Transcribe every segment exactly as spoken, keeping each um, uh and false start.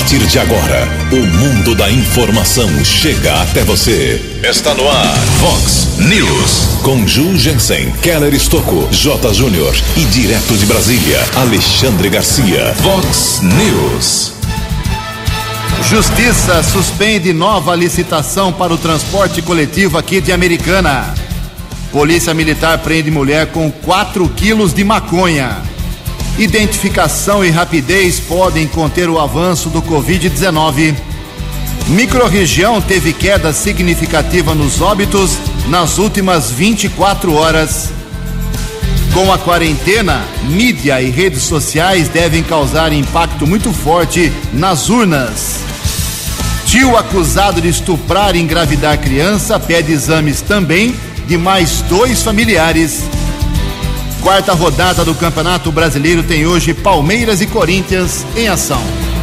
partir de agora, o mundo da informação chega até você. Está no ar, Vox News. Com Ju Jensen, Keller Estocco, J. Júnior e direto de Brasília, Alexandre Garcia. Vox News. Justiça suspende nova licitação para o transporte coletivo aqui de Americana. Polícia Militar prende mulher com quatro quilos de maconha. Identificação e rapidez podem conter o avanço do covid dezenove. Microrregião teve queda significativa nos óbitos nas últimas vinte e quatro horas. Com a quarentena, mídia e redes sociais devem causar impacto muito forte nas urnas. Tio acusado de estuprar e engravidar criança pede exames também de mais dois familiares. Quarta rodada do Campeonato Brasileiro tem hoje Palmeiras e Corinthians em ação.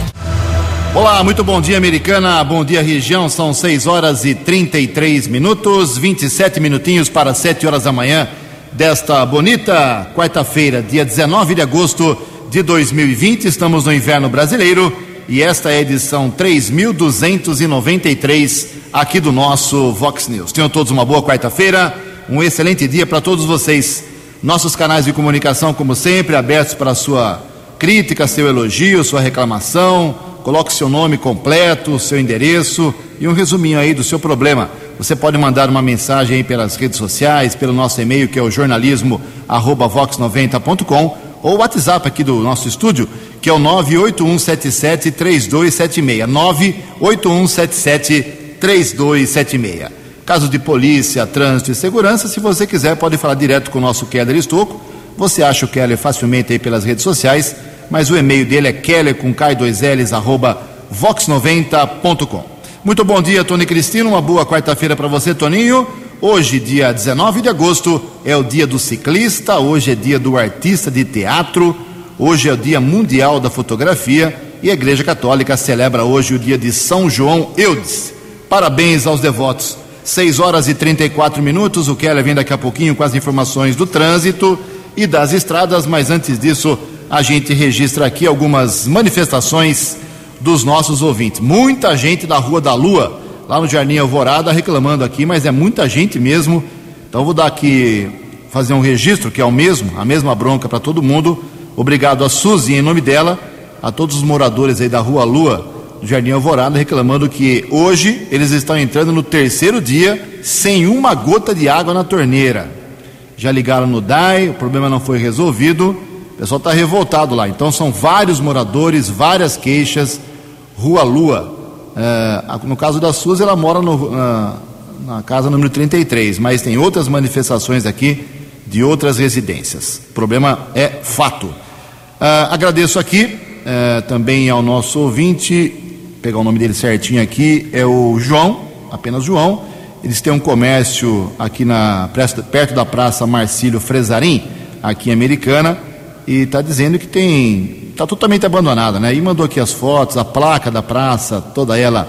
Olá, muito bom dia, Americana, bom dia, região. São seis horas e trinta e três minutos, vinte e sete minutinhos para sete horas da manhã desta bonita quarta-feira, dia dezenove de agosto de dois mil e vinte. Estamos no inverno brasileiro e esta é a edição três mil duzentos e noventa e três aqui do nosso Vox News. Tenham todos uma boa quarta-feira, um excelente dia para todos vocês. Nossos canais de comunicação, como sempre, abertos para a sua crítica, seu elogio, sua reclamação. Coloque seu nome completo, seu endereço e um resuminho aí do seu problema. Você pode mandar uma mensagem aí pelas redes sociais, pelo nosso e-mail, que é o jornalismo arroba vox noventa ponto com, ou o WhatsApp aqui do nosso estúdio, que é o nove oito um sete sete três dois sete seis, nove oito um sete sete três dois sete seis. Casos de polícia, trânsito e segurança, se você quiser, pode falar direto com o nosso Keller Estocco. Você acha o Keller facilmente aí pelas redes sociais, mas o e-mail dele é keller com K dois L's, arroba vox noventa ponto com. Muito bom dia, Tony Cristino, uma boa quarta-feira para você, Toninho. Hoje, dia dezenove de agosto, é o dia do ciclista, hoje é dia do artista de teatro, hoje é o dia mundial da fotografia e a Igreja Católica celebra hoje o dia de São João Eudes. Parabéns aos devotos. seis horas e trinta e quatro minutos, o Keller vem daqui a pouquinho com as informações do trânsito e das estradas, mas antes disso a gente registra aqui algumas manifestações dos nossos ouvintes. Muita gente da Rua da Lua, lá no Jardim Alvorada, reclamando aqui, mas é muita gente mesmo. Então vou dar aqui, fazer um registro, que é o mesmo, a mesma bronca para todo mundo. Obrigado a Suzy, em nome dela, a todos os moradores aí da Rua Lua, do Jardim Alvorada, reclamando que hoje eles estão entrando no terceiro dia sem uma gota de água na torneira. Já ligaram no D A I, o problema não foi resolvido, o pessoal está revoltado lá. Então são vários moradores, várias queixas. Rua Lua, é, no caso da Suzy, ela mora no, na, na casa número trinta e três, mas tem outras manifestações aqui de outras residências. O problema é fato. É, agradeço aqui é, também ao nosso ouvinte, pegar o nome dele certinho aqui, é o João, apenas João. Eles têm um comércio aqui na, perto da Praça Marcílio Fresarim, aqui em Americana, e está dizendo que tem, está totalmente abandonada, né? E mandou aqui as fotos, a placa da praça, toda ela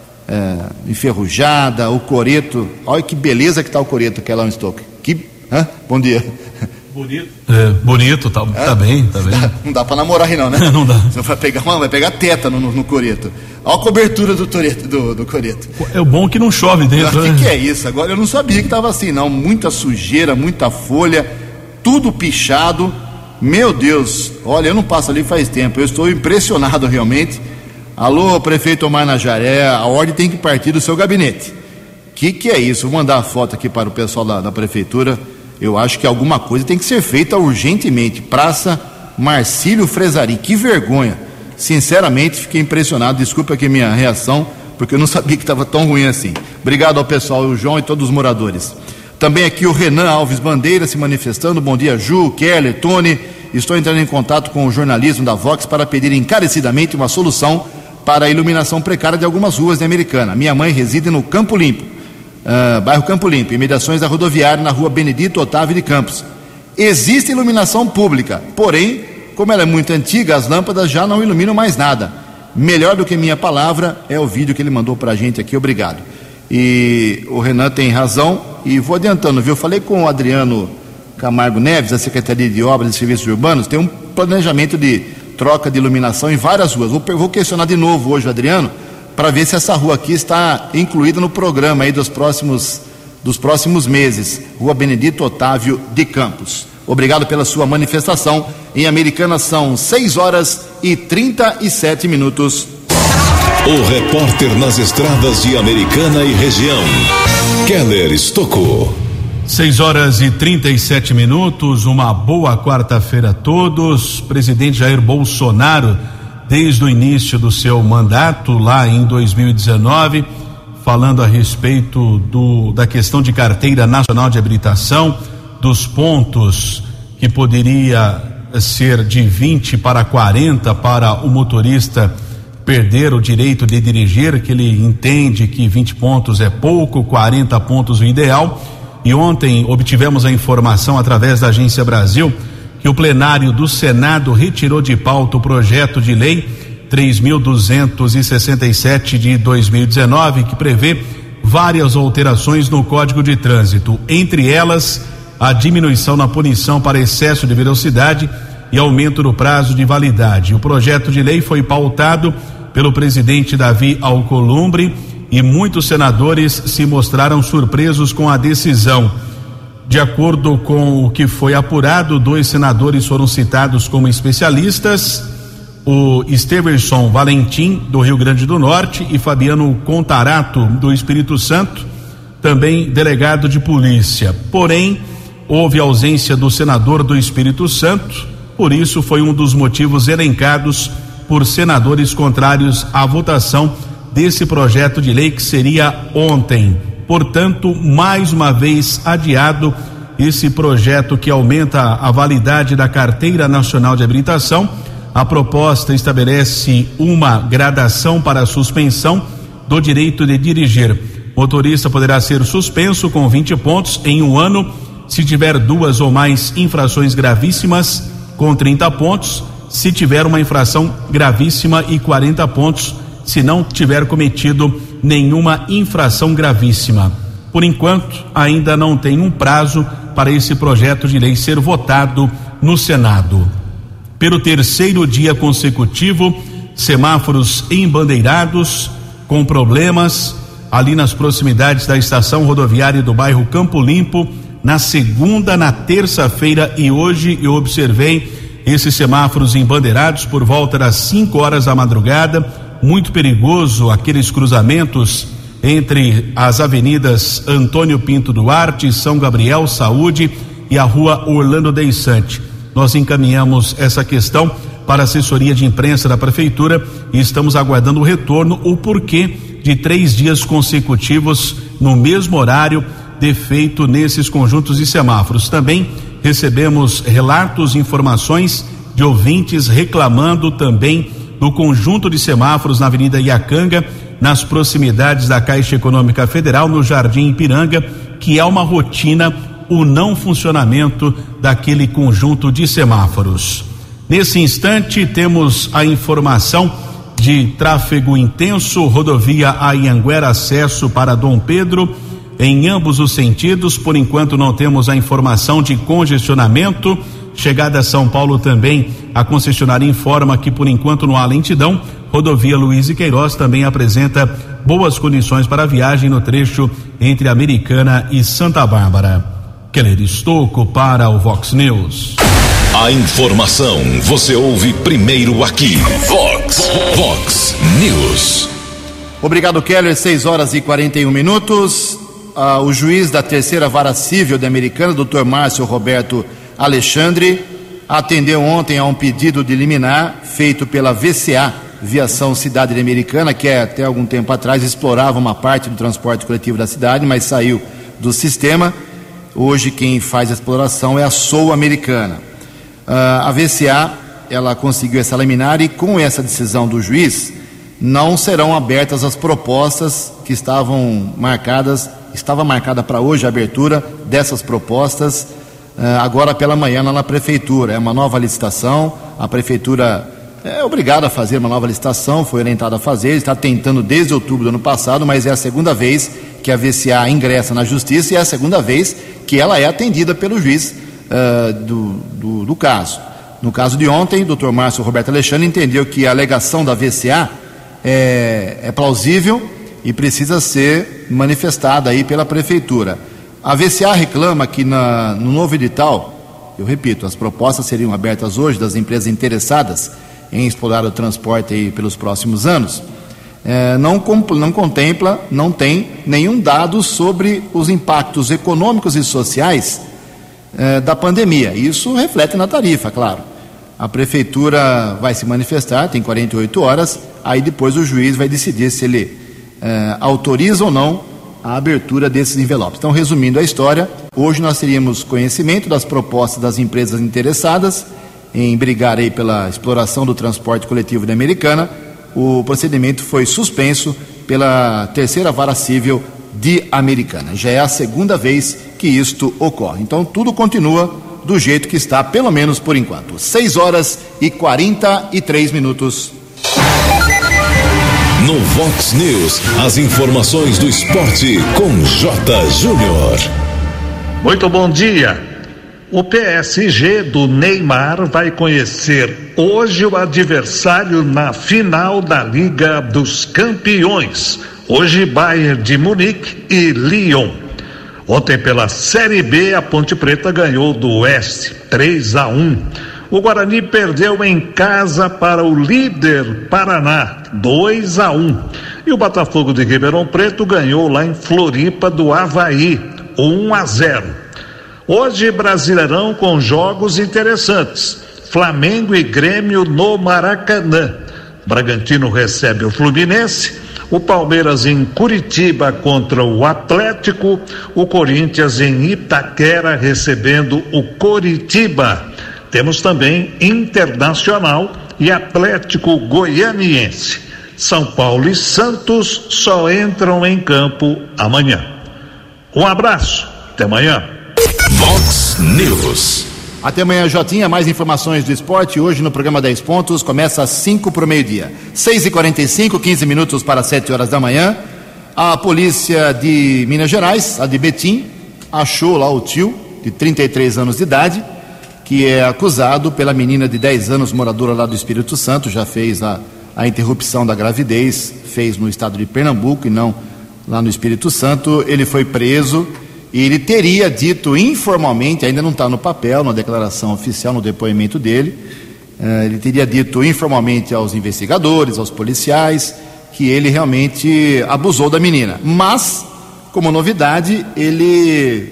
é, enferrujada, o coreto. Olha que beleza que está o coreto que é lá no Estocco. Que, hã? Bom dia. Bonito. É, bonito, tá, é? tá bem, tá bem. Não dá pra namorar aí não, né? Não dá. Você vai pegar, uma, vai pegar teta no, no, no coreto. Olha a cobertura do, toreto, do, do coreto. É o bom que não chove dentro, O né? que, que é isso? Agora eu não sabia que tava assim, não. Muita sujeira, muita folha, tudo pichado. Meu Deus, olha, eu não passo ali faz tempo. Eu estou impressionado realmente. Alô, prefeito Omar Najaré, a ordem tem que partir do seu gabinete. Que que é isso? Vou mandar a foto aqui para o pessoal da, da prefeitura. Eu acho que alguma coisa tem que ser feita urgentemente. Praça Marcílio Fresarim, que vergonha. Sinceramente, fiquei impressionado. Desculpa aqui a minha reação, porque eu não sabia que estava tão ruim assim. Obrigado ao pessoal, o João e todos os moradores. Também aqui o Renan Alves Bandeira se manifestando. Bom dia, Ju, Keller, Tony. Estou entrando em contato com o jornalismo da Vox para pedir encarecidamente uma solução para a iluminação precária de algumas ruas de Americana. Minha mãe reside no Campo Limpo. Uh, bairro Campo Limpo, imediações da rodoviária na rua Benedito Otávio de Campos. Existe iluminação pública, porém, como ela é muito antiga, as lâmpadas já não iluminam mais nada. Melhor do que minha palavra é o vídeo que ele mandou pra gente aqui, obrigado. E o Renan tem razão, e vou adiantando, viu? Eu falei com o Adriano Camargo Neves, da Secretaria de Obras e Serviços Urbanos, tem um planejamento de troca de iluminação em várias ruas. Vou, vou questionar de novo hoje o Adriano, para ver se essa rua aqui está incluída no programa aí dos próximos, dos próximos meses. Rua Benedito Otávio de Campos. Obrigado pela sua manifestação. Em Americana são seis horas e trinta e sete minutos. O repórter nas estradas de Americana e região, Keller Estocou. seis horas e trinta e sete minutos, uma boa quarta-feira a todos. Presidente Jair Bolsonaro, desde o início do seu mandato, lá em dois mil e dezenove, falando a respeito do, da questão de carteira nacional de habilitação, dos pontos que poderia ser de vinte para quarenta para o motorista perder o direito de dirigir, que ele entende que vinte pontos é pouco, quarenta pontos o ideal. E ontem obtivemos a informação através da Agência Brasil que o plenário do Senado retirou de pauta o projeto de lei três mil duzentos e sessenta e sete de dois mil e dezenove, que prevê várias alterações no Código de Trânsito, entre elas a diminuição na punição para excesso de velocidade e aumento do prazo de validade. O projeto de lei foi pautado pelo presidente Davi Alcolumbre e muitos senadores se mostraram surpresos com a decisão. De acordo com o que foi apurado, dois senadores foram citados como especialistas: o Esteverson Valentim, do Rio Grande do Norte, e Fabiano Contarato, do Espírito Santo, também delegado de polícia. Porém, houve ausência do senador do Espírito Santo, por isso foi um dos motivos elencados por senadores contrários à votação desse projeto de lei, que seria ontem. Portanto, mais uma vez adiado esse projeto que aumenta a validade da Carteira Nacional de Habilitação. A proposta estabelece uma gradação para a suspensão do direito de dirigir. O motorista poderá ser suspenso com vinte pontos em um ano se tiver duas ou mais infrações gravíssimas, com trinta pontos, se tiver uma infração gravíssima, e quarenta pontos se não tiver cometido nenhuma infração gravíssima. Por enquanto, ainda não tem um prazo para esse projeto de lei ser votado no Senado. Pelo terceiro dia consecutivo, semáforos embandeirados com problemas ali nas proximidades da estação rodoviária do bairro Campo Limpo. Na segunda, na terça-feira e hoje eu observei esses semáforos embandeirados por volta das cinco horas da madrugada. Muito perigoso aqueles cruzamentos entre as avenidas Antônio Pinto Duarte, São Gabriel, Saúde e a rua Orlando Deissante. Nós encaminhamos essa questão para a assessoria de imprensa da prefeitura e estamos aguardando o retorno, o porquê de três dias consecutivos no mesmo horário defeito nesses conjuntos de semáforos. Também recebemos relatos e informações de ouvintes reclamando também do conjunto de semáforos na Avenida Iacanga, nas proximidades da Caixa Econômica Federal, no Jardim Ipiranga, que é uma rotina o não funcionamento daquele conjunto de semáforos. Nesse instante temos a informação de tráfego intenso, rodovia Anhanguera, acesso para Dom Pedro, em ambos os sentidos. Por enquanto não temos a informação de congestionamento. Chegada a São Paulo também, a concessionária informa que por enquanto não há lentidão. Rodovia Luiz e Queiroz também apresenta boas condições para a viagem no trecho entre Americana e Santa Bárbara. Keller Estocou para o Vox News. A informação você ouve primeiro aqui. Vox, Vox News. Obrigado, Keller. seis horas e quarenta e um minutos. Ah, o juiz da terceira vara civil de Americana, doutor Márcio Roberto Alexandre, atendeu ontem a um pedido de liminar feito pela V C A, Viação Cidade de Americana, que até algum tempo atrás explorava uma parte do transporte coletivo da cidade, mas saiu do sistema. Hoje quem faz a exploração é a Sul Americana. Uh, a V C A, ela conseguiu essa liminar e com essa decisão do juiz não serão abertas as propostas que estavam marcadas, estava marcada para hoje a abertura dessas propostas, uh, agora pela manhã lá na prefeitura. É uma nova licitação, a prefeitura é obrigada a fazer uma nova licitação, foi orientada a fazer, está tentando desde outubro do ano passado, mas é a segunda vez que a V C A ingressa na justiça e é a segunda vez que ela é atendida pelo juiz uh, do, do, do caso. No caso de ontem, o doutor Márcio Roberto Alexandre entendeu que a alegação da V C A é, é plausível e precisa ser manifestada aí pela Prefeitura. A V C A reclama que na, no novo edital, eu repito, as propostas seriam abertas hoje das empresas interessadas em explorar o transporte aí pelos próximos anos, é, não, não contempla, não tem nenhum dado sobre os impactos econômicos e sociais é, da pandemia. Isso reflete na tarifa, claro. A Prefeitura vai se manifestar, tem quarenta e oito horas, aí depois o juiz vai decidir se ele é, autoriza ou não a abertura desses envelopes. Então, resumindo a história, hoje nós teríamos conhecimento das propostas das empresas interessadas em brigar aí pela exploração do transporte coletivo da Americana. O procedimento foi suspenso pela terceira vara civil de Americana. Já é a segunda vez que isto ocorre. Então, tudo continua do jeito que está, pelo menos por enquanto. seis horas e quarenta e três minutos. No Vox News, as informações do esporte com J. Júnior. Muito bom dia. O P S G do Neymar vai conhecer hoje o adversário na final da Liga dos Campeões. Hoje, Bayern de Munique e Lyon. Ontem, pela Série B, a Ponte Preta ganhou do Oeste, três a um. O Guarani perdeu em casa para o líder Paraná, dois a um. E o Botafogo de Ribeirão Preto ganhou lá em Floripa do Avaí, um a zero. Hoje, Brasileirão com jogos interessantes. Flamengo e Grêmio no Maracanã. Bragantino recebe o Fluminense. O Palmeiras em Curitiba contra o Atlético, o Corinthians em Itaquera recebendo o Coritiba. Temos também Internacional e Atlético Goianiense. São Paulo e Santos só entram em campo amanhã. Um abraço, até amanhã. Vox News. Até amanhã, Jotinha. Mais informações do esporte hoje no programa dez pontos. Começa às cinco para o meio-dia. seis e quarenta e cinco, quinze minutos para sete horas da manhã. A polícia de Minas Gerais, a de Betim, achou lá o tio, de trinta e três anos de idade, que é acusado pela menina de dez anos, moradora lá do Espírito Santo, já fez a, a interrupção da gravidez, fez no estado de Pernambuco e não lá no Espírito Santo. Ele foi preso. E ele teria dito informalmente, ainda não está no papel, na declaração oficial, no depoimento dele, uh, ele teria dito informalmente aos investigadores, aos policiais, que ele realmente abusou da menina. Mas, como novidade, ele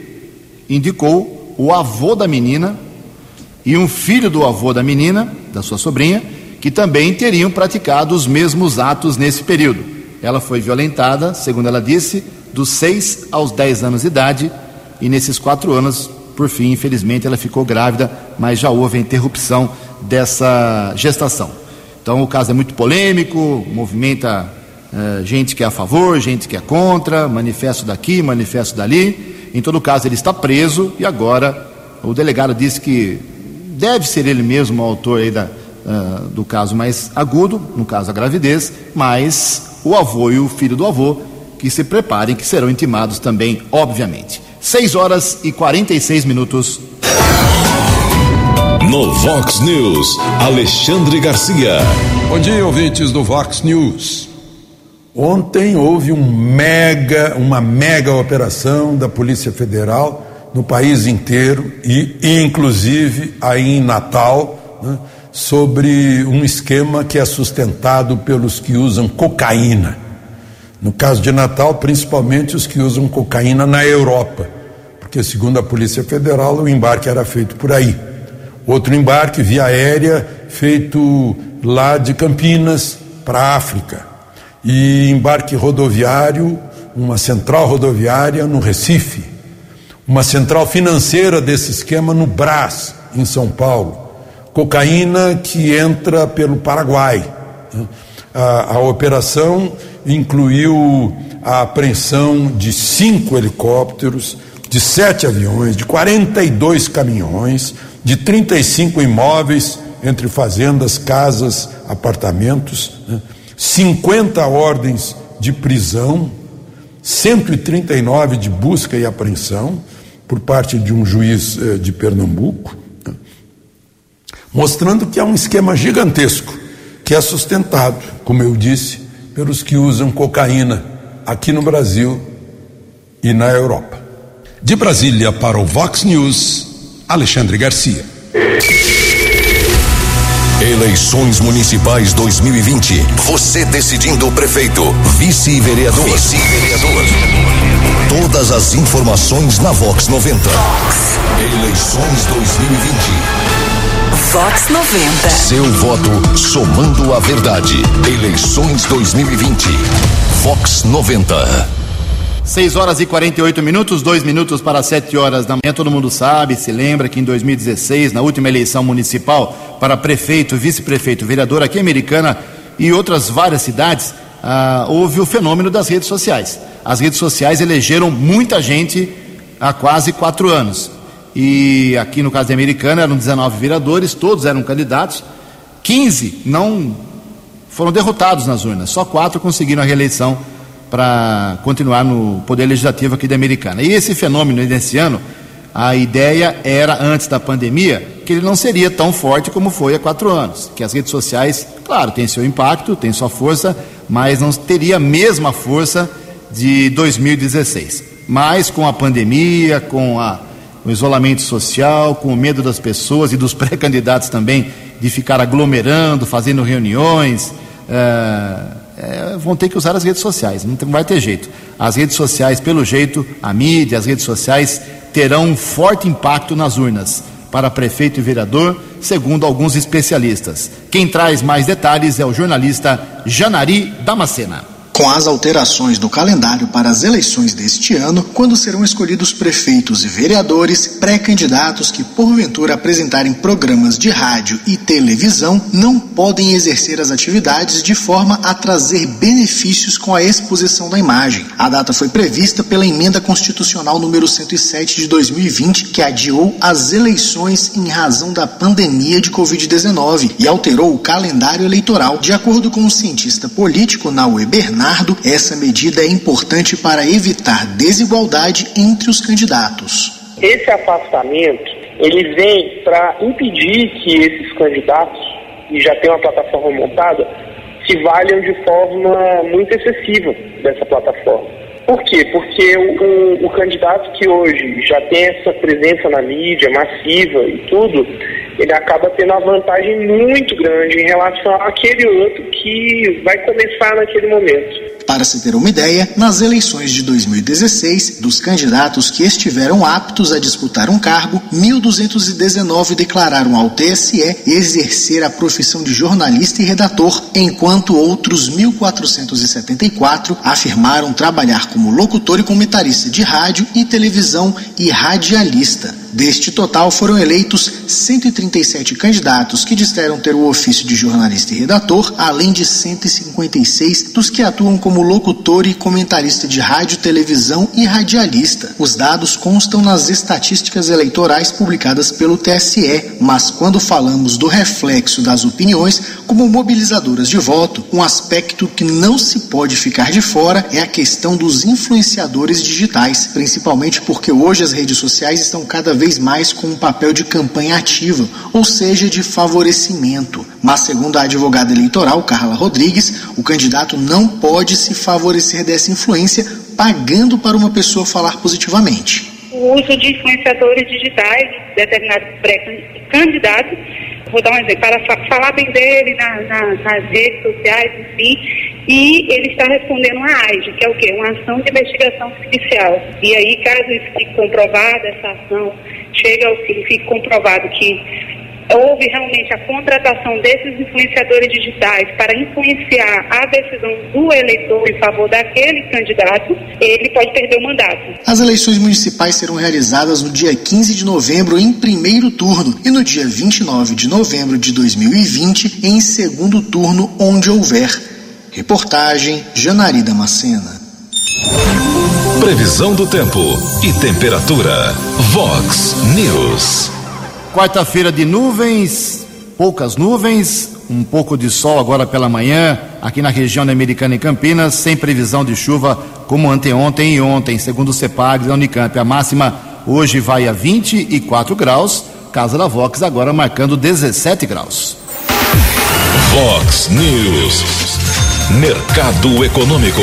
indicou o avô da menina e um filho do avô da menina, da sua sobrinha, que também teriam praticado os mesmos atos nesse período. Ela foi violentada, segundo ela disse, dos seis aos dez anos de idade, e nesses quatro anos, por fim, infelizmente, ela ficou grávida, mas já houve a interrupção dessa gestação. Então o caso é muito polêmico, movimenta uh, gente que é a favor, gente que é contra, manifesto daqui, manifesto dali. Em todo caso, ele está preso e agora o delegado disse que deve ser ele mesmo o autor aí da, uh, do caso mais agudo, no caso a gravidez, mas o avô e o filho do avô que se preparem, que serão intimados também, obviamente. seis horas e quarenta e seis minutos. No Vox News, Alexandre Garcia. Bom dia, ouvintes do Vox News. Ontem houve um mega, uma mega operação da Polícia Federal no país inteiro e inclusive aí em Natal, né, sobre um esquema que é sustentado pelos que usam cocaína. No caso de Natal, principalmente os que usam cocaína na Europa, porque segundo a Polícia Federal o embarque era feito por aí. Outro embarque via aérea feito lá de Campinas para a África. E embarque rodoviário, uma central rodoviária no Recife. Uma central financeira desse esquema no Brás, em São Paulo. Cocaína que entra pelo Paraguai. A, a operação incluiu a apreensão de cinco helicópteros, de sete aviões, de quarenta e dois caminhões, de trinta e cinco imóveis, entre fazendas, casas, apartamentos, né? cinquenta ordens de prisão, cento e trinta e nove de busca e apreensão por parte de um juiz eh, de Pernambuco. mostrando que é um esquema gigantesco, que é sustentado, como eu disse, pelos que usam cocaína aqui no Brasil e na Europa. De Brasília para o Vox News, Alexandre Garcia. Eleições Municipais dois mil e vinte. Você decidindo o prefeito, vice-vereador. Vice-vereador. Todas as informações na Vox noventa. Eleições dois mil e vinte. Vox noventa. Seu voto somando a verdade. Eleições dois mil e vinte. Vox noventa. seis horas e quarenta e oito minutos, dois minutos para sete horas da manhã. Todo mundo sabe, se lembra que em dois mil e dezesseis, na última eleição municipal para prefeito, vice-prefeito, vereador aqui em Americana e outras várias cidades, ah, houve o fenômeno das redes sociais. As redes sociais elegeram muita gente há quase quatro anos. E aqui no caso de Americana eram dezenove vereadores, todos eram candidatos, quinze não foram derrotados nas urnas, só quatro conseguiram a reeleição para continuar no Poder Legislativo aqui da Americana. E esse fenômeno desse ano, a ideia era, antes da pandemia, que ele não seria tão forte como foi há quatro anos. Que as redes sociais, claro, têm seu impacto, têm sua força, mas não teria a mesma força de dois mil e dezesseis. Mas com a pandemia, com a, o isolamento social, com o medo das pessoas e dos pré-candidatos também de ficar aglomerando, fazendo reuniões... Uh, É, vão ter que usar as redes sociais, não vai ter jeito. As redes sociais, pelo jeito, a mídia, as redes sociais terão um forte impacto nas urnas para prefeito e vereador, segundo alguns especialistas. Quem traz mais detalhes é o jornalista Janari Damascena. Com as alterações do calendário para as eleições deste ano, quando serão escolhidos prefeitos e vereadores, pré-candidatos que porventura apresentarem programas de rádio e televisão não podem exercer as atividades de forma a trazer benefícios com a exposição da imagem. A data foi prevista pela Emenda Constitucional número cento e sete de dois mil e vinte, que adiou as eleições em razão da pandemia de covid dezenove e alterou o calendário eleitoral. De acordo com o cientista político Naue Bernardo, essa medida é importante para evitar desigualdade entre os candidatos. Esse afastamento, ele vem para impedir que esses candidatos, que já têm uma plataforma montada, se valham de forma muito excessiva dessa plataforma. Por quê? Porque o, o, o candidato que hoje já tem essa presença na mídia massiva e tudo, ele acaba tendo uma vantagem muito grande em relação àquele outro que vai começar naquele momento. Para se ter uma ideia, nas eleições de dois mil e dezesseis, dos candidatos que estiveram aptos a disputar um cargo, mil duzentos e dezenove declararam ao T S E exercer a profissão de jornalista e redator, enquanto outros mil quatrocentos e setenta e quatro afirmaram trabalhar como locutor e comentarista de rádio e televisão e radialista. Deste total foram eleitos cento e trinta e sete candidatos que disseram ter o ofício de jornalista e redator, além de cento e cinquenta e seis dos que atuam como locutor e comentarista de rádio, televisão e radialista. Os dados constam nas estatísticas eleitorais publicadas pelo T S E, mas quando falamos do reflexo das opiniões como mobilizadoras de voto, um aspecto que não se pode ficar de fora é a questão dos influenciadores digitais, principalmente porque hoje as redes sociais estão cada vez mais com um papel de campanha ativa, ou seja, de favorecimento. Mas, segundo a advogada eleitoral Carla Rodrigues, o candidato não pode se favorecer dessa influência pagando para uma pessoa falar positivamente. O uso de influenciadores digitais de determinados pré-candidatos, vou dar um exemplo, para falar bem dele na, na, nas redes sociais, enfim, e ele está respondendo uma A I G, que é o quê? Uma ação de investigação judicial. E aí, caso isso fique comprovado, essa ação chega ao fim, fique comprovado que houve realmente a contratação desses influenciadores digitais para influenciar a decisão do eleitor em favor daquele candidato, ele pode perder o mandato. As eleições municipais serão realizadas no dia quinze de novembro em primeiro turno e no dia vinte e nove de novembro de dois mil e vinte em segundo turno, onde houver. Reportagem Janari Damascena. Previsão do tempo e temperatura. Vox News. Quarta-feira de nuvens, poucas nuvens, um pouco de sol agora pela manhã, aqui na região da Americana e Campinas, sem previsão de chuva como anteontem e ontem, segundo o CEPAG da Unicamp. A máxima hoje vai a vinte e quatro graus, casa da Vox agora marcando dezessete graus. Vox News, mercado econômico.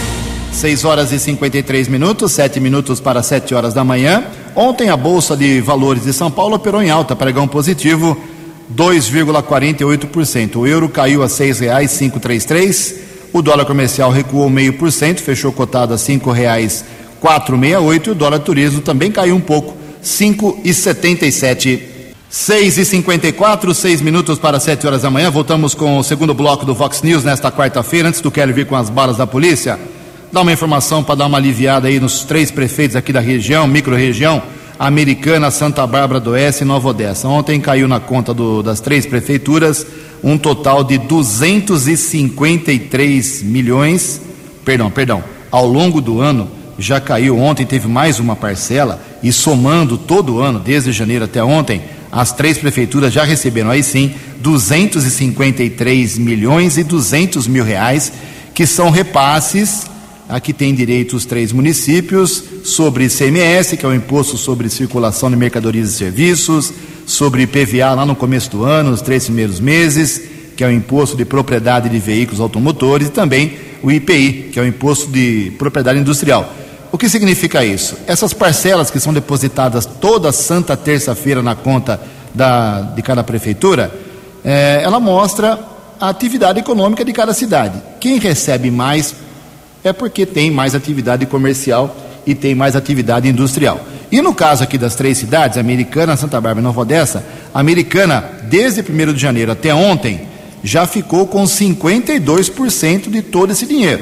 seis horas e cinquenta e três minutos, sete minutos para sete horas da manhã. Ontem a Bolsa de Valores de São Paulo operou em alta, pregão positivo, dois vírgula quarenta e oito por cento. O euro caiu a seis reais quinhentos e trinta e três. O dólar comercial recuou meio por cento, fechou cotado a cinco reais quatrocentos e sessenta e oito. E o dólar turismo também caiu um pouco, cinco reais e setenta e sete. seis e cinquenta e quatro, seis minutos para sete horas da manhã. Voltamos com o segundo bloco do Vox News nesta quarta-feira. Antes do Kelly vir com as balas da polícia, dá uma informação para dar uma aliviada aí nos três prefeitos aqui da região, micro-região, Americana, Santa Bárbara do Oeste e Nova Odessa. Ontem caiu na conta do, das três prefeituras um total de duzentos e cinquenta e três milhões, perdão, perdão, ao longo do ano já caiu. Ontem teve mais uma parcela e somando todo o ano, desde janeiro até ontem, as três prefeituras já receberam aí sim duzentos e cinquenta e três milhões e duzentos mil reais, que são repasses. Aqui tem direito os três municípios sobre I C M S, que é o Imposto sobre Circulação de Mercadorias e Serviços, sobre I P V A lá no começo do ano, os três primeiros meses, que é o Imposto de Propriedade de Veículos Automotores, e também o I P I, que é o Imposto de Propriedade Industrial. O que significa isso? Essas parcelas que são depositadas toda santa terça-feira na conta da, de cada prefeitura, é, ela mostra a atividade econômica de cada cidade. Quem recebe mais é porque tem mais atividade comercial e tem mais atividade industrial. E no caso aqui das três cidades, Americana, Santa Bárbara e Nova Odessa, a Americana, desde primeiro de janeiro até ontem, já ficou com cinquenta e dois por cento de todo esse dinheiro.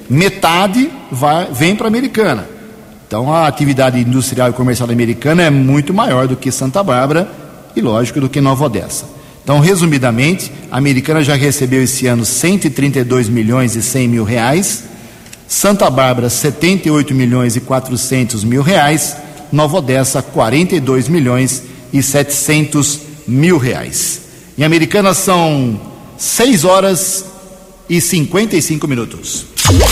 Metade vai, vem para a Americana. Então a atividade industrial e comercial da Americana é muito maior do que Santa Bárbara e, lógico, do que Nova Odessa. Então, resumidamente, a Americana já recebeu esse ano cento e trinta e dois milhões e cem mil reais, Santa Bárbara setenta e oito milhões e quatrocentos mil reais, Nova Odessa quarenta e dois milhões e setecentos mil reais. Em Americana são seis horas e cinquenta e cinco minutos.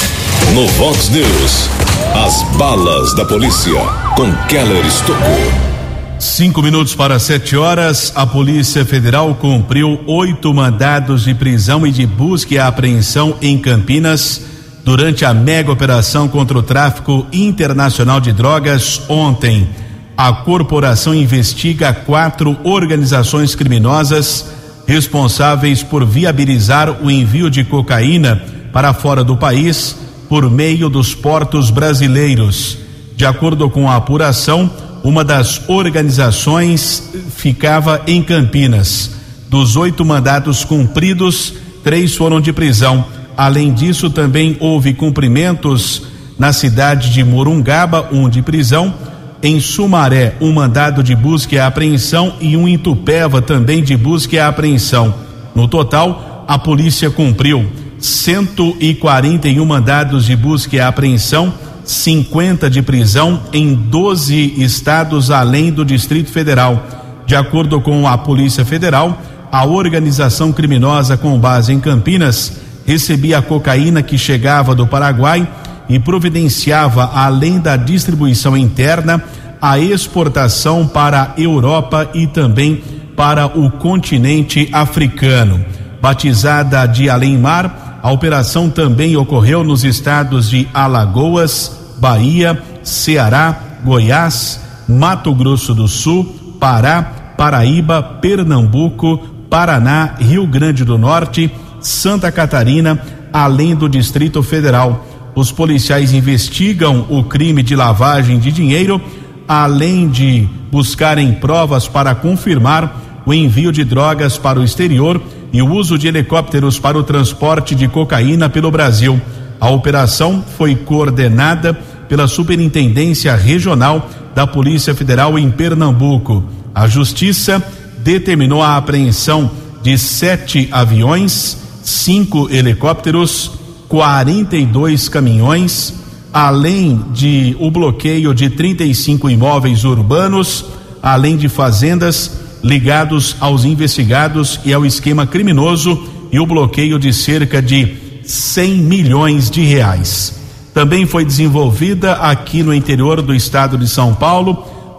No Vox News, as balas da polícia com Keller Estocou. Cinco minutos para sete horas, a Polícia Federal cumpriu oito mandados de prisão e de busca e apreensão em Campinas durante a mega operação contra o tráfico internacional de drogas ontem. A corporação investiga quatro organizações criminosas responsáveis por viabilizar o envio de cocaína para fora do país por meio dos portos brasileiros. De acordo com a apuração, uma das organizações ficava em Campinas. Dos oito mandados cumpridos, três foram de prisão. Além disso, também houve cumprimentos na cidade de Morungaba, um de prisão, em Sumaré, um mandado de busca e apreensão e um em Itupeva também de busca e apreensão. No total, a polícia cumpriu cento e quarenta e um mandados de busca e apreensão, cinquenta de prisão em doze estados além do Distrito Federal. De acordo com a Polícia Federal, a organização criminosa com base em Campinas recebia a cocaína que chegava do Paraguai e providenciava, além da distribuição interna, a exportação para a Europa e também para o continente africano. Batizada de Além Mar, a operação também ocorreu nos estados de Alagoas, Bahia, Ceará, Goiás, Mato Grosso do Sul, Pará, Paraíba, Pernambuco, Paraná, Rio Grande do Norte, Santa Catarina, além do Distrito Federal. Os policiais investigam o crime de lavagem de dinheiro, além de buscarem provas para confirmar o envio de drogas para o exterior e o uso de helicópteros para o transporte de cocaína pelo Brasil. A operação foi coordenada pela Superintendência Regional da Polícia Federal em Pernambuco. A Justiça determinou a apreensão de sete aviões, cinco helicópteros, quarenta e dois caminhões, além de o bloqueio de trinta e cinco imóveis urbanos, além de fazendas ligados aos investigados e ao esquema criminoso, e o bloqueio de cerca de cem milhões de reais. Também foi desenvolvida aqui no interior do estado de São Paulo,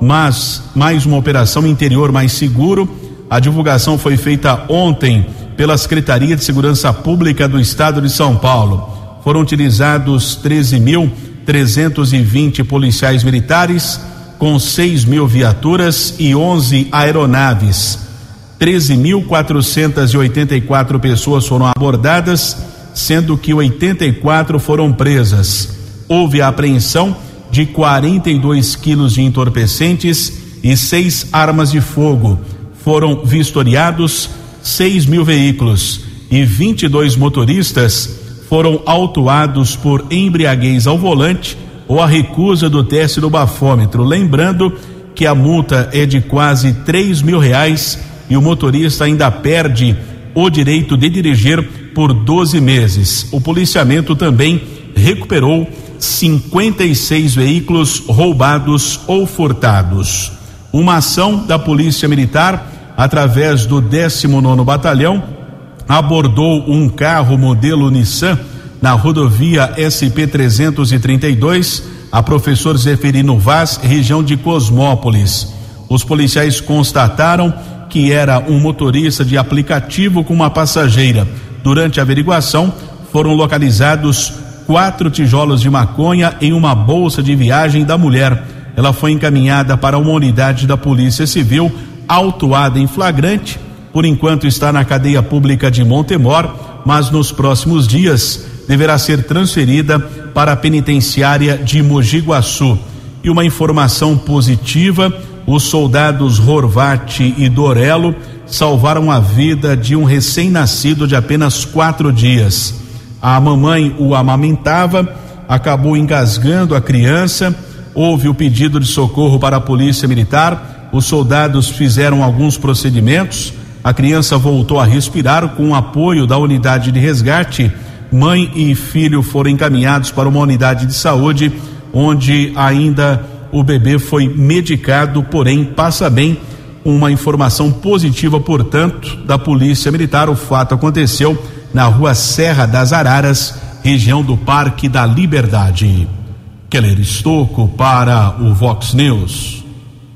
mas mais uma operação interior mais seguro. A divulgação foi feita ontem pela Secretaria de Segurança Pública do Estado de São Paulo. Foram utilizados treze mil trezentos e vinte policiais militares, com seis mil viaturas e onze aeronaves. treze mil quatrocentas e oitenta e quatro pessoas foram abordadas, sendo que oitenta e quatro foram presas. Houve a apreensão de quarenta e dois quilos de entorpecentes e seis armas de fogo. Foram vistoriados seis mil veículos e vinte e dois motoristas foram autuados por embriaguez ao volante ou a recusa do teste do bafômetro. Lembrando que a multa é de quase três mil reais e o motorista ainda perde o direito de dirigir por doze meses. O policiamento também recuperou cinquenta e seis veículos roubados ou furtados. Uma ação da Polícia Militar, através do décimo nono Batalhão, abordou um carro modelo Nissan na rodovia S P trezentos e trinta e dois, a Professor Zeferino Vaz, região de Cosmópolis. Os policiais constataram que era um motorista de aplicativo com uma passageira. Durante a averiguação, foram localizados quatro tijolos de maconha em uma bolsa de viagem da mulher. Ela foi encaminhada para uma unidade da Polícia Civil, autuada em flagrante. Por enquanto está na cadeia pública de Montemor, mas nos próximos dias deverá ser transferida para a penitenciária de Mogi Guaçu. E uma informação positiva: os soldados Horvati e Dorello salvaram a vida de um recém-nascido de apenas quatro dias. A mamãe o amamentava, acabou engasgando a criança. Houve o pedido de socorro para a Polícia Militar. Os soldados fizeram alguns procedimentos. A criança voltou a respirar com o apoio da unidade de resgate. Mãe e filho foram encaminhados para uma unidade de saúde, onde ainda o bebê foi medicado, porém passa bem. Uma informação positiva, portanto, da Polícia Militar. O fato aconteceu na rua Serra das Araras, região do Parque da Liberdade. Keller Estocco para o Vox News.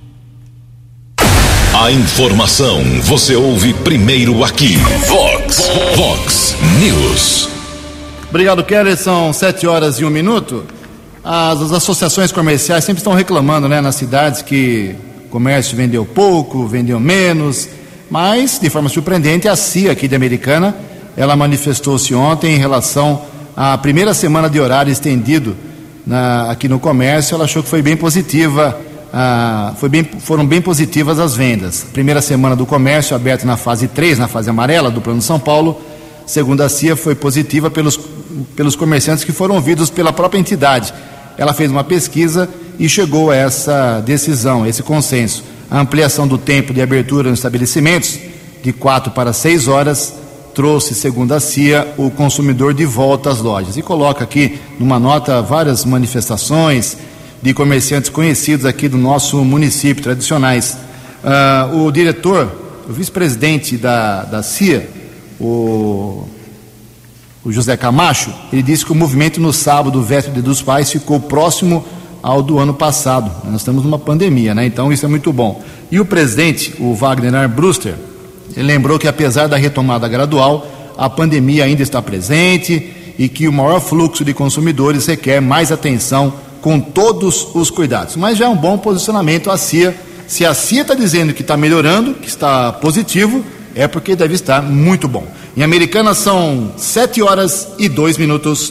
A informação você ouve primeiro aqui. Vox, Vox News. Obrigado, Keller. São sete horas e um minuto. As, as associações comerciais sempre estão reclamando, né, nas cidades, que o comércio vendeu pouco, vendeu menos, mas, de forma surpreendente, a C I A aqui de Americana, ela manifestou-se ontem em relação à primeira semana de horário estendido na, aqui no comércio. Ela achou que foi bem positiva, ah, foi bem, foram bem positivas as vendas. Primeira semana do comércio aberto na fase três, na fase amarela do Plano São Paulo, segundo a C I A, foi positiva pelos, pelos comerciantes que foram ouvidos pela própria entidade. Ela fez uma pesquisa e chegou a essa decisão, esse consenso. A ampliação do tempo de abertura nos estabelecimentos, de quatro para seis horas, trouxe, segundo a C I A, o consumidor de volta às lojas. E coloca aqui, numa nota, várias manifestações de comerciantes conhecidos aqui do nosso município, tradicionais. Uh, o diretor, o vice-presidente da, da C I A, o... o José Camacho, ele disse que o movimento no sábado, véspera dos Pais, ficou próximo ao do ano passado. Nós estamos numa pandemia, né? Então isso é muito bom. E o presidente, o Wagner Arbruster, ele lembrou que apesar da retomada gradual, a pandemia ainda está presente e que o maior fluxo de consumidores requer mais atenção com todos os cuidados. Mas já é um bom posicionamento a C I A. Se a C I A está dizendo que está melhorando, que está positivo, é porque deve estar muito bom. Em Americana são sete horas e dois minutos.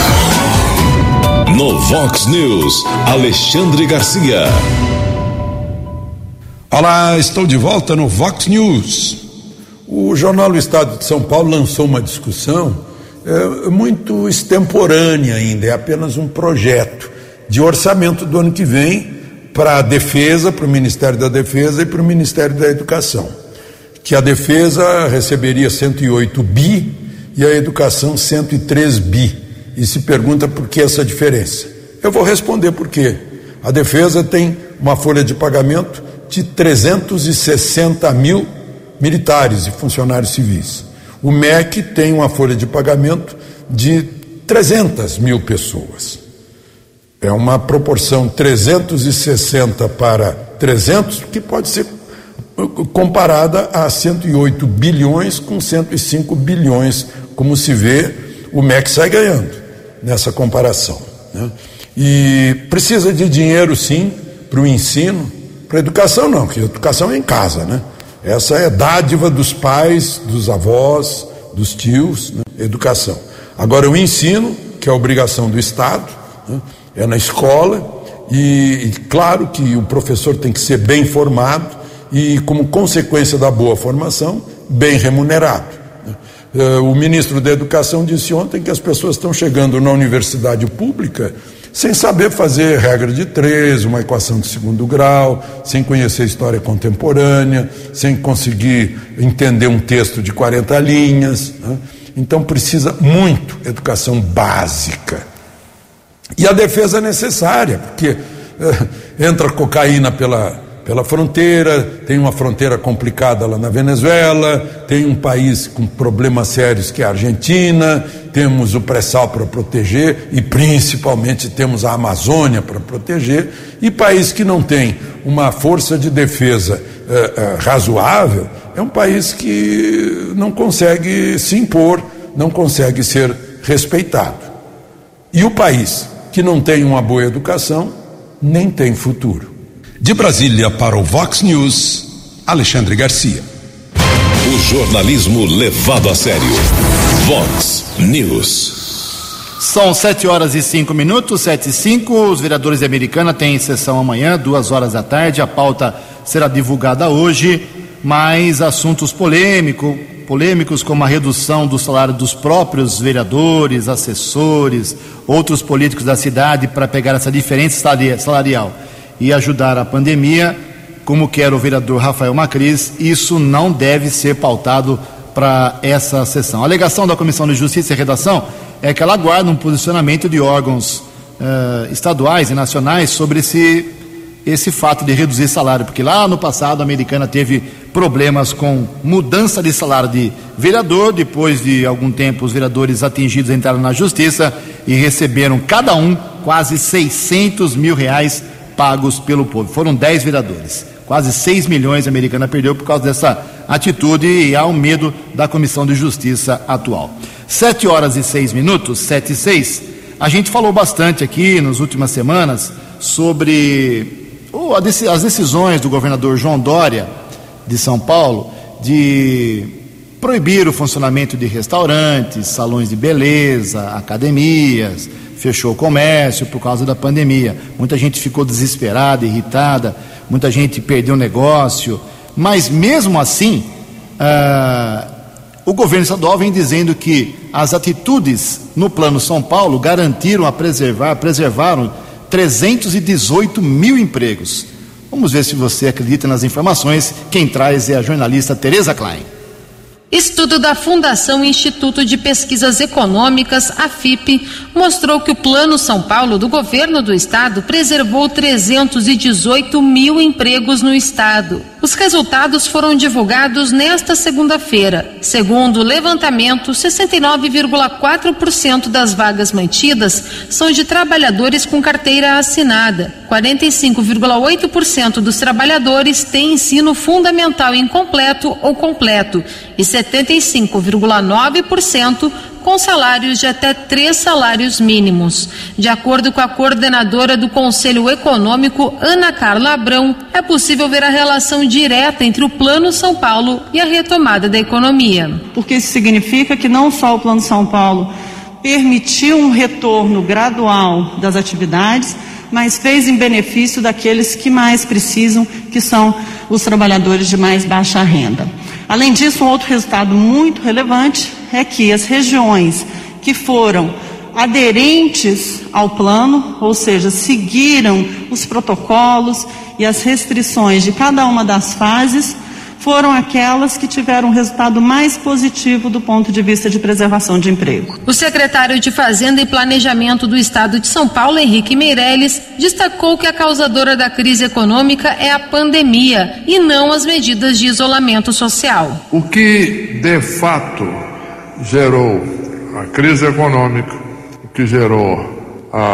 No Vox News, Alexandre Garcia. Olá, estou de volta no Vox News. O jornal do Estado de São Paulo lançou uma discussão é, muito extemporânea ainda, é apenas um projeto de orçamento do ano que vem para a Defesa, para o Ministério da Defesa e para o Ministério da Educação. Que a Defesa receberia cento e oito bi e a Educação cento e três bi. E se pergunta por que essa diferença. Eu vou responder por quê. A Defesa tem uma folha de pagamento de trezentos e sessenta mil militares e funcionários civis. O M E C tem uma folha de pagamento de trezentas mil pessoas. É uma proporção trezentos e sessenta para trezentos, que pode ser comparada a cento e oito bilhões com cento e cinco bilhões, como se vê, o M E C sai ganhando nessa comparação, né? E precisa de dinheiro, sim, para o ensino, para a educação não, porque a educação é em casa, né? Essa é dádiva dos pais, dos avós, dos tios, né? Educação. Agora o ensino, que é a obrigação do Estado, né? É na escola, e, e claro que o professor tem que ser bem formado e, como consequência da boa formação, bem remunerado, né? O ministro da Educação disse ontem que as pessoas estão chegando na universidade pública sem saber fazer regra de três, uma equação de segundo grau, sem conhecer história contemporânea, sem conseguir entender um texto de quarenta linhas, né? Então precisa muito educação básica. E a defesa é necessária, porque uh, entra cocaína pela, pela fronteira, tem uma fronteira complicada lá na Venezuela, tem um país com problemas sérios que é a Argentina, temos o pré-sal para proteger e principalmente temos a Amazônia para proteger, e país que não tem uma força de defesa uh, uh, razoável, é um país que não consegue se impor, não consegue ser respeitado. E o país que não tem uma boa educação nem tem futuro. De Brasília para o Vox News, Alexandre Garcia. O jornalismo levado a sério. Vox News. São sete horas e cinco minutos, sete e cinco. Os vereadores de Americana têm sessão amanhã, duas horas da tarde. A pauta será divulgada hoje, mas assuntos polêmicos, polêmicos como a redução do salário dos próprios vereadores, assessores, outros políticos da cidade para pegar essa diferença salarial e ajudar a pandemia, como quer o vereador Rafael Macris, isso não deve ser pautado para essa sessão. A alegação da Comissão de Justiça e Redação é que ela aguarda um posicionamento de órgãos uh, estaduais e nacionais sobre esse, esse fato de reduzir salário, porque lá no passado a Americana teve problemas com mudança de salário de vereador. Depois de algum tempo os vereadores atingidos entraram na Justiça e receberam cada um quase seiscentos mil reais pagos pelo povo. Foram dez vereadores, quase seis milhões a Americana perdeu por causa dessa atitude, e há um medo da Comissão de Justiça atual. Sete horas e seis minutos, sete e seis. A gente falou bastante aqui nas últimas semanas sobre oh, as decisões do governador João Dória de São Paulo de proibir o funcionamento de restaurantes, salões de beleza, academias, fechou o comércio por causa da pandemia. Muita gente ficou desesperada, irritada, muita gente perdeu o negócio, mas mesmo assim, ah, o governo estadual vem dizendo que as atitudes no Plano São Paulo garantiram a preservar, preservaram trezentos e dezoito mil empregos. Vamos ver se você acredita nas informações. Quem traz é a jornalista Tereza Klein. Estudo da Fundação Instituto de Pesquisas Econômicas, a F I P, mostrou que o Plano São Paulo do governo do estado preservou trezentos e dezoito mil empregos no estado. Os resultados foram divulgados nesta segunda-feira. Segundo o levantamento, sessenta e nove vírgula quatro por cento das vagas mantidas são de trabalhadores com carteira assinada. quarenta e cinco vírgula oito por cento dos trabalhadores têm ensino fundamental incompleto ou completo e setenta e cinco vírgula nove por cento com salários de até três salários mínimos. De acordo com a coordenadora do Conselho Econômico, Ana Carla Abrão, é possível ver a relação direta entre o Plano São Paulo e a retomada da economia. Porque isso significa que não só o Plano São Paulo permitiu um retorno gradual das atividades, mas fez em benefício daqueles que mais precisam, que são os trabalhadores de mais baixa renda. Além disso, um outro resultado muito relevante é que as regiões que foram aderentes ao plano, ou seja, seguiram os protocolos e as restrições de cada uma das fases, foram aquelas que tiveram um resultado mais positivo do ponto de vista de preservação de emprego. O secretário de Fazenda e Planejamento do Estado de São Paulo, Henrique Meirelles, destacou que a causadora da crise econômica é a pandemia e não as medidas de isolamento social. O que de fato gerou a crise econômica, o que gerou a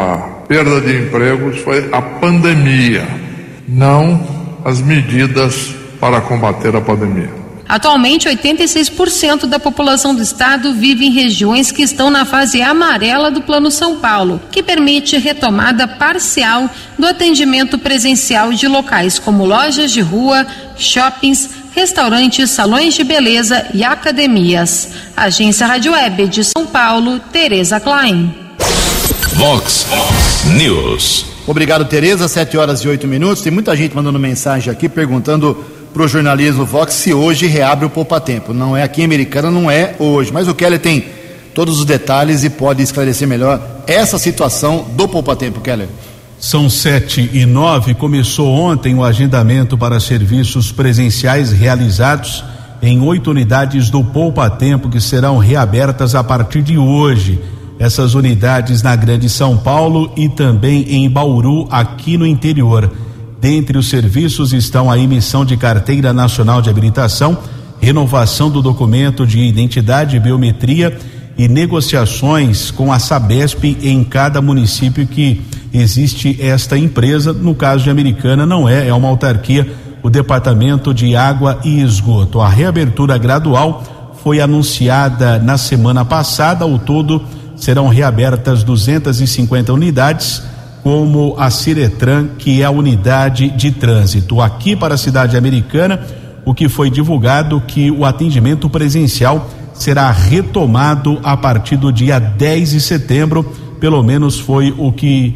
perda de empregos foi a pandemia, não as medidas para combater a pandemia. Atualmente, oitenta e seis por cento da população do estado vive em regiões que estão na fase amarela do Plano São Paulo, que permite retomada parcial do atendimento presencial de locais como lojas de rua, shoppings, restaurantes, salões de beleza e academias. Agência Rádio Web de São Paulo, Tereza Klein. Vox News. Obrigado, Tereza. Sete horas e oito minutos. Tem muita gente mandando mensagem aqui perguntando para o jornalismo Vox se hoje reabre o Poupa Tempo. Não é aqui em Americana, não é hoje. Mas o Keller tem todos os detalhes e pode esclarecer melhor essa situação do Poupa Tempo, Keller. São sete e nove. Começou ontem o agendamento para serviços presenciais realizados em oito unidades do Poupa Tempo que serão reabertas a partir de hoje. Essas unidades na Grande São Paulo e também em Bauru, aqui no interior. Dentre os serviços estão a emissão de carteira nacional de habilitação, renovação do documento de identidade e biometria e negociações com a Sabesp em cada município que existe esta empresa. No caso de Americana não é, é uma autarquia, o Departamento de Água e Esgoto. A reabertura gradual foi anunciada na semana passada. Ao todo serão reabertas duzentas e cinquenta unidades, como a Ciretran, que é a unidade de trânsito. Aqui para a cidade americana, o que foi divulgado que o atendimento presencial será retomado a partir do dia dez de setembro, pelo menos foi o que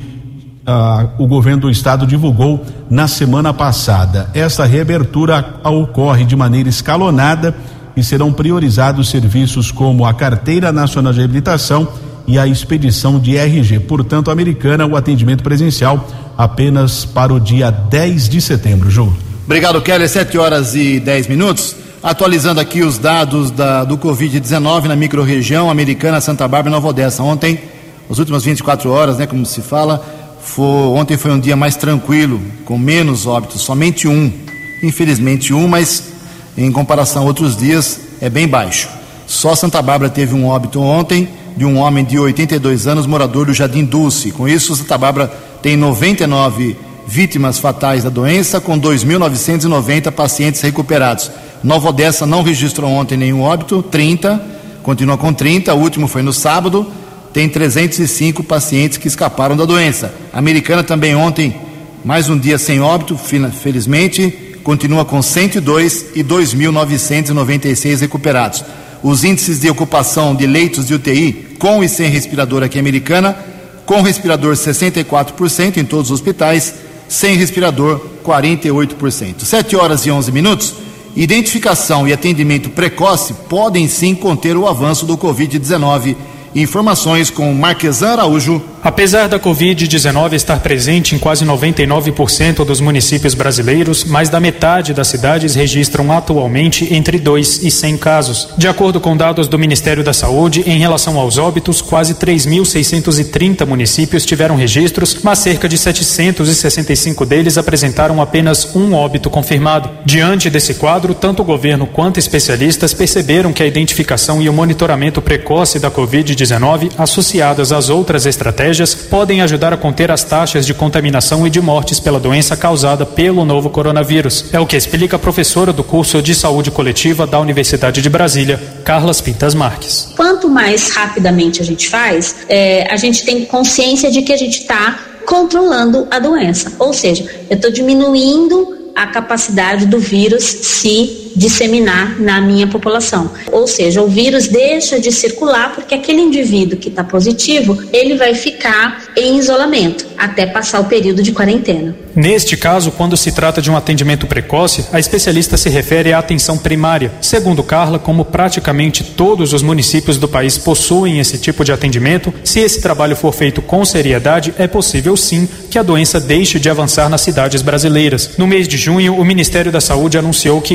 uh, o governo do estado divulgou na semana passada. Esta reabertura ocorre de maneira escalonada e serão priorizados serviços como a Carteira Nacional de Habilitação e a expedição de R G. Portanto, Americana, o atendimento presencial apenas para o dia dez de setembro, Ju. Obrigado, Keller. Sete horas e dez minutos. Atualizando aqui os dados da, do covid dezenove na microrregião Americana, Santa Bárbara e Nova Odessa. Ontem, as últimas vinte e quatro horas, né, como se fala, foi, ontem foi um dia mais tranquilo, com menos óbitos, somente um. Infelizmente um, mas em comparação a outros dias é bem baixo. Só Santa Bárbara teve um óbito ontem, de um homem de oitenta e dois anos, morador do Jardim Dulce. Com isso, Santa Bárbara tem noventa e nove vítimas fatais da doença, com dois mil novecentos e noventa pacientes recuperados. Nova Odessa não registrou ontem nenhum óbito, trinta, continua com trinta, o último foi no sábado, tem trezentos e cinco pacientes que escaparam da doença. A Americana também ontem, mais um dia sem óbito, felizmente, continua com cento e dois e dois mil novecentos e noventa e seis recuperados. Os índices de ocupação de leitos de U T I com e sem respirador aqui em Americana, com respirador sessenta e quatro por cento em todos os hospitais, sem respirador quarenta e oito por cento. sete horas e onze minutos. Identificação e atendimento precoce podem sim conter o avanço do covid dezenove. Informações com Marquesan Araújo. Apesar da covid dezenove estar presente em quase noventa e nove por cento dos municípios brasileiros, mais da metade das cidades registram atualmente entre dois e cem casos. De acordo com dados do Ministério da Saúde, em relação aos óbitos, quase três mil seiscentos e trinta municípios tiveram registros, mas cerca de setecentos e sessenta e cinco deles apresentaram apenas um óbito confirmado. Diante desse quadro, tanto o governo quanto especialistas perceberam que a identificação e o monitoramento precoce da covid dezenove, associadas às outras estratégias, podem ajudar a conter as taxas de contaminação e de mortes pela doença causada pelo novo coronavírus. É o que explica a professora do curso de saúde coletiva da Universidade de Brasília, Carlas Pintas Marques. Quanto mais rapidamente a gente faz, é, a gente tem consciência de que a gente está controlando a doença. Ou seja, eu estou diminuindo a capacidade do vírus se disseminar na minha população. Ou seja, o vírus deixa de circular porque aquele indivíduo que está positivo, ele vai ficar em isolamento até passar o período de quarentena. Neste caso, quando se trata de um atendimento precoce, a especialista se refere à atenção primária. Segundo Carla, como praticamente todos os municípios do país possuem esse tipo de atendimento, se esse trabalho for feito com seriedade, é possível sim que a doença deixe de avançar nas cidades brasileiras. No mês de junho, o Ministério da Saúde anunciou que iria repassar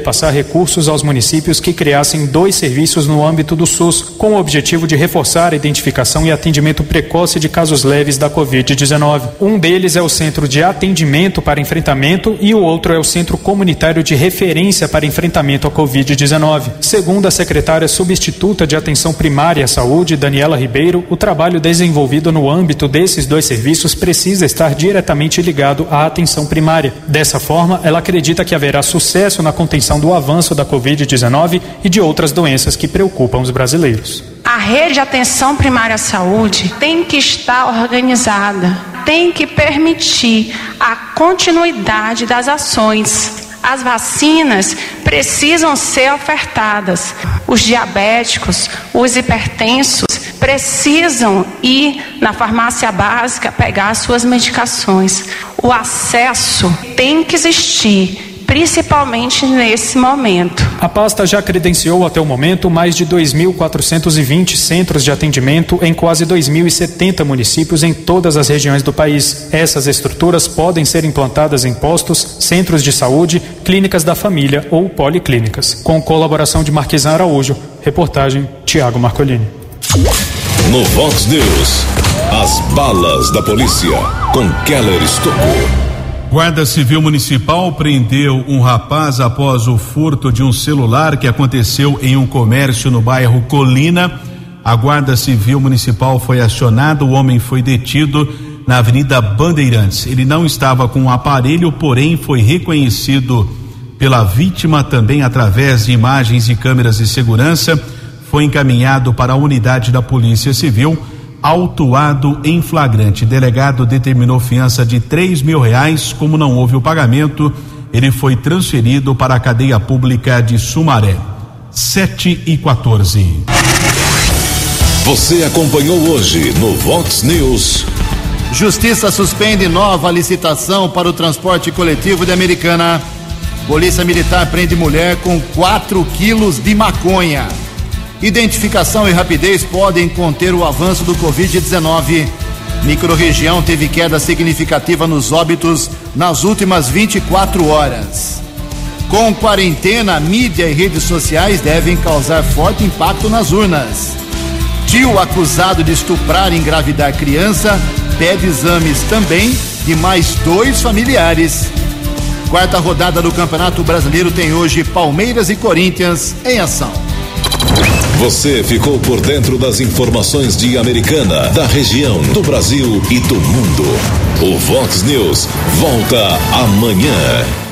repassar recursos aos municípios que criassem dois serviços no âmbito do SUS, com o objetivo de reforçar a identificação e atendimento precoce de casos leves da covid dezenove. Um deles é o Centro de Atendimento para Enfrentamento e o outro é o Centro Comunitário de Referência para Enfrentamento à covid dezenove. Segundo a secretária substituta de Atenção Primária à Saúde, Daniela Ribeiro, o trabalho desenvolvido no âmbito desses dois serviços precisa estar diretamente ligado à atenção primária. Dessa forma, ela acredita que haverá sucesso na contenção do avanço da covid dezenove e de outras doenças que preocupam os brasileiros. A rede de atenção primária à saúde tem que estar organizada, tem que permitir a continuidade das ações. As vacinas precisam ser ofertadas. Os diabéticos, os hipertensos precisam ir na farmácia básica pegar suas medicações. O acesso tem que existir, principalmente nesse momento. A pasta já credenciou até o momento mais de dois mil quatrocentos e vinte centros de atendimento em quase dois mil e setenta municípios em todas as regiões do país. Essas estruturas podem ser implantadas em postos, centros de saúde, clínicas da família ou policlínicas. Com colaboração de Marquesan Araújo, reportagem Tiago Marcolini. No Vox News, as balas da polícia com Keller Estocou. Guarda Civil Municipal prendeu um rapaz após o furto de um celular que aconteceu em um comércio no bairro Colina. A Guarda Civil Municipal foi acionada, o homem foi detido na Avenida Bandeirantes. Ele não estava com o aparelho, porém foi reconhecido pela vítima também através de imagens de câmeras de segurança. Foi encaminhado para a unidade da Polícia Civil, autuado em flagrante. O delegado determinou fiança de três mil reais. Como não houve o pagamento, ele foi transferido para a cadeia pública de Sumaré. Sete e quatorze. Você acompanhou hoje no Vox News. Justiça suspende nova licitação para o transporte coletivo de Americana. Polícia Militar prende mulher com quatro quilos de maconha. Identificação e rapidez podem conter o avanço do covid dezenove. Microrregião teve queda significativa nos óbitos nas últimas vinte e quatro horas. Com quarentena, mídia e redes sociais devem causar forte impacto nas urnas. Tio acusado de estuprar e engravidar criança pede exames também de mais dois familiares. Quarta rodada do Campeonato Brasileiro tem hoje Palmeiras e Corinthians em ação. Você ficou por dentro das informações de Americana, da região, do Brasil e do mundo. O Vox News volta amanhã.